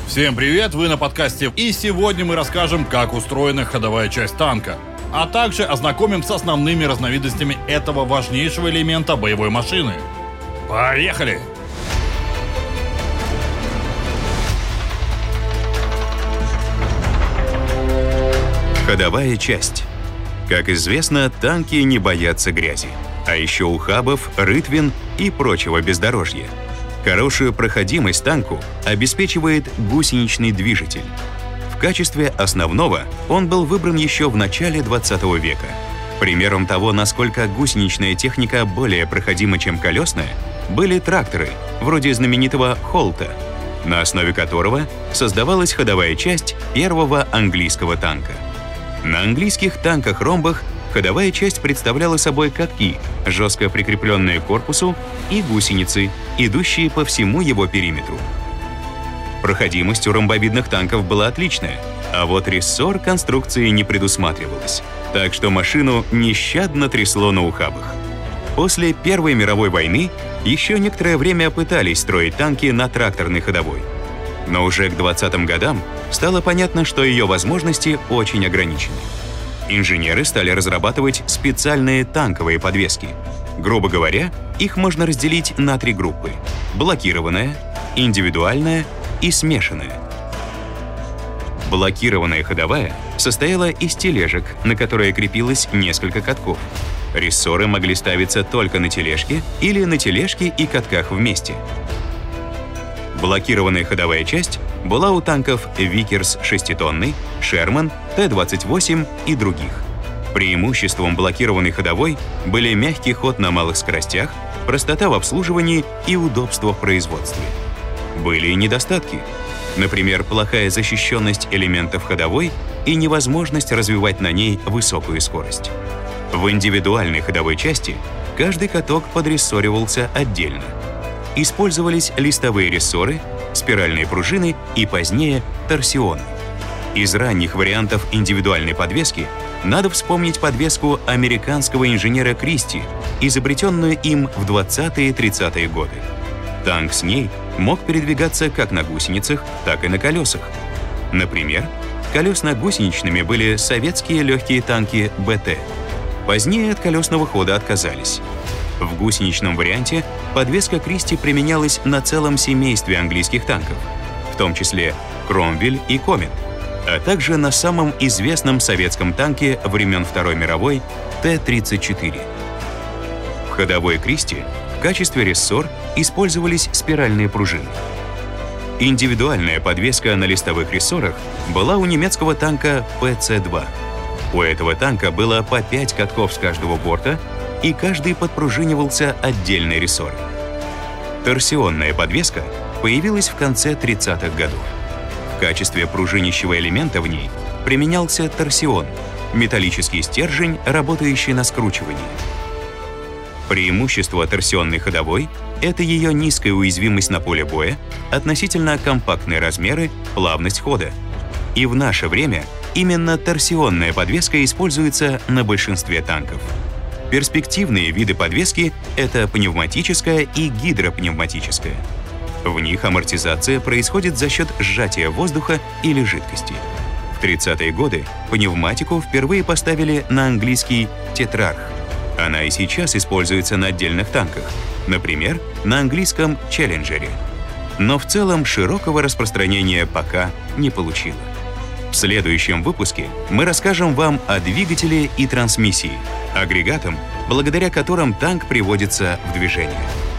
Всем привет, вы на подкасте, и сегодня мы расскажем, как устроена ходовая часть танка, а также ознакомим с основными разновидностями этого важнейшего элемента боевой машины. Поехали! Ходовая часть. Как известно, танки не боятся грязи, а еще ухабов, рытвин и прочего бездорожья. Хорошую проходимость танку обеспечивает гусеничный движитель. В качестве основного он был выбран еще в начале 20 века. Примером того, насколько гусеничная техника более проходима, чем колесная, были тракторы, вроде знаменитого Холта, на основе которого создавалась ходовая часть первого английского танка. На английских танках-ромбах ходовая часть представляла собой катки, жестко прикрепленные к корпусу, и гусеницы, идущие по всему его периметру. Проходимость у ромбовидных танков была отличная, а вот рессор конструкции не предусматривалось, так что машину нещадно трясло на ухабах. После Первой мировой войны еще некоторое время пытались строить танки на тракторной ходовой. Но уже к 20-м годам стало понятно, что ее возможности очень ограничены. Инженеры стали разрабатывать специальные танковые подвески. Грубо говоря, их можно разделить на три группы: блокированная, индивидуальная и смешанная. Блокированная ходовая состояла из тележек, на которые крепилось несколько катков. Рессоры могли ставиться только на тележке или на тележке и катках вместе. Блокированная ходовая часть была у танков Викерс 6-тонный, Шерман, Т-28 и других. Преимуществом блокированной ходовой были мягкий ход на малых скоростях, простота в обслуживании и удобство в производстве. Были и недостатки. Например, плохая защищенность элементов ходовой и невозможность развивать на ней высокую скорость. В индивидуальной ходовой части каждый каток подрессоривался отдельно. Использовались листовые рессоры, спиральные пружины и позднее торсионы. Из ранних вариантов индивидуальной подвески надо вспомнить подвеску американского инженера Кристи, изобретенную им в 20-30-е годы. Танк с ней мог передвигаться как на гусеницах, так и на колесах. Например, колесно-гусеничными были советские легкие танки БТ. Позднее от колесного хода отказались. В гусеничном варианте подвеска Кристи применялась на целом семействе английских танков, в том числе Кромвель и Комет, а также на самом известном советском танке времен Второй мировой Т-34. В ходовой Кристи в качестве рессор использовались спиральные пружины. Индивидуальная подвеска на листовых рессорах была у немецкого танка ПЦ-2. У этого танка было по 5 катков с каждого борта, и каждый подпружинивался отдельной рессорой. Торсионная подвеска появилась в конце 30-х годов. В качестве пружинящего элемента в ней применялся торсион — металлический стержень, работающий на скручивании. Преимущество торсионной ходовой — это ее низкая уязвимость на поле боя, относительно компактные размеры, плавность хода. И в наше время именно торсионная подвеска используется на большинстве танков. Перспективные виды подвески — это пневматическая и гидропневматическая. В них амортизация происходит за счет сжатия воздуха или жидкости. В 30-е годы пневматику впервые поставили на английский «Тетрарх». Она и сейчас используется на отдельных танках, например, на английском «Челленджере». Но в целом широкого распространения пока не получила. В следующем выпуске мы расскажем вам о двигателе и трансмиссии, агрегатам, благодаря которым танк приводится в движение.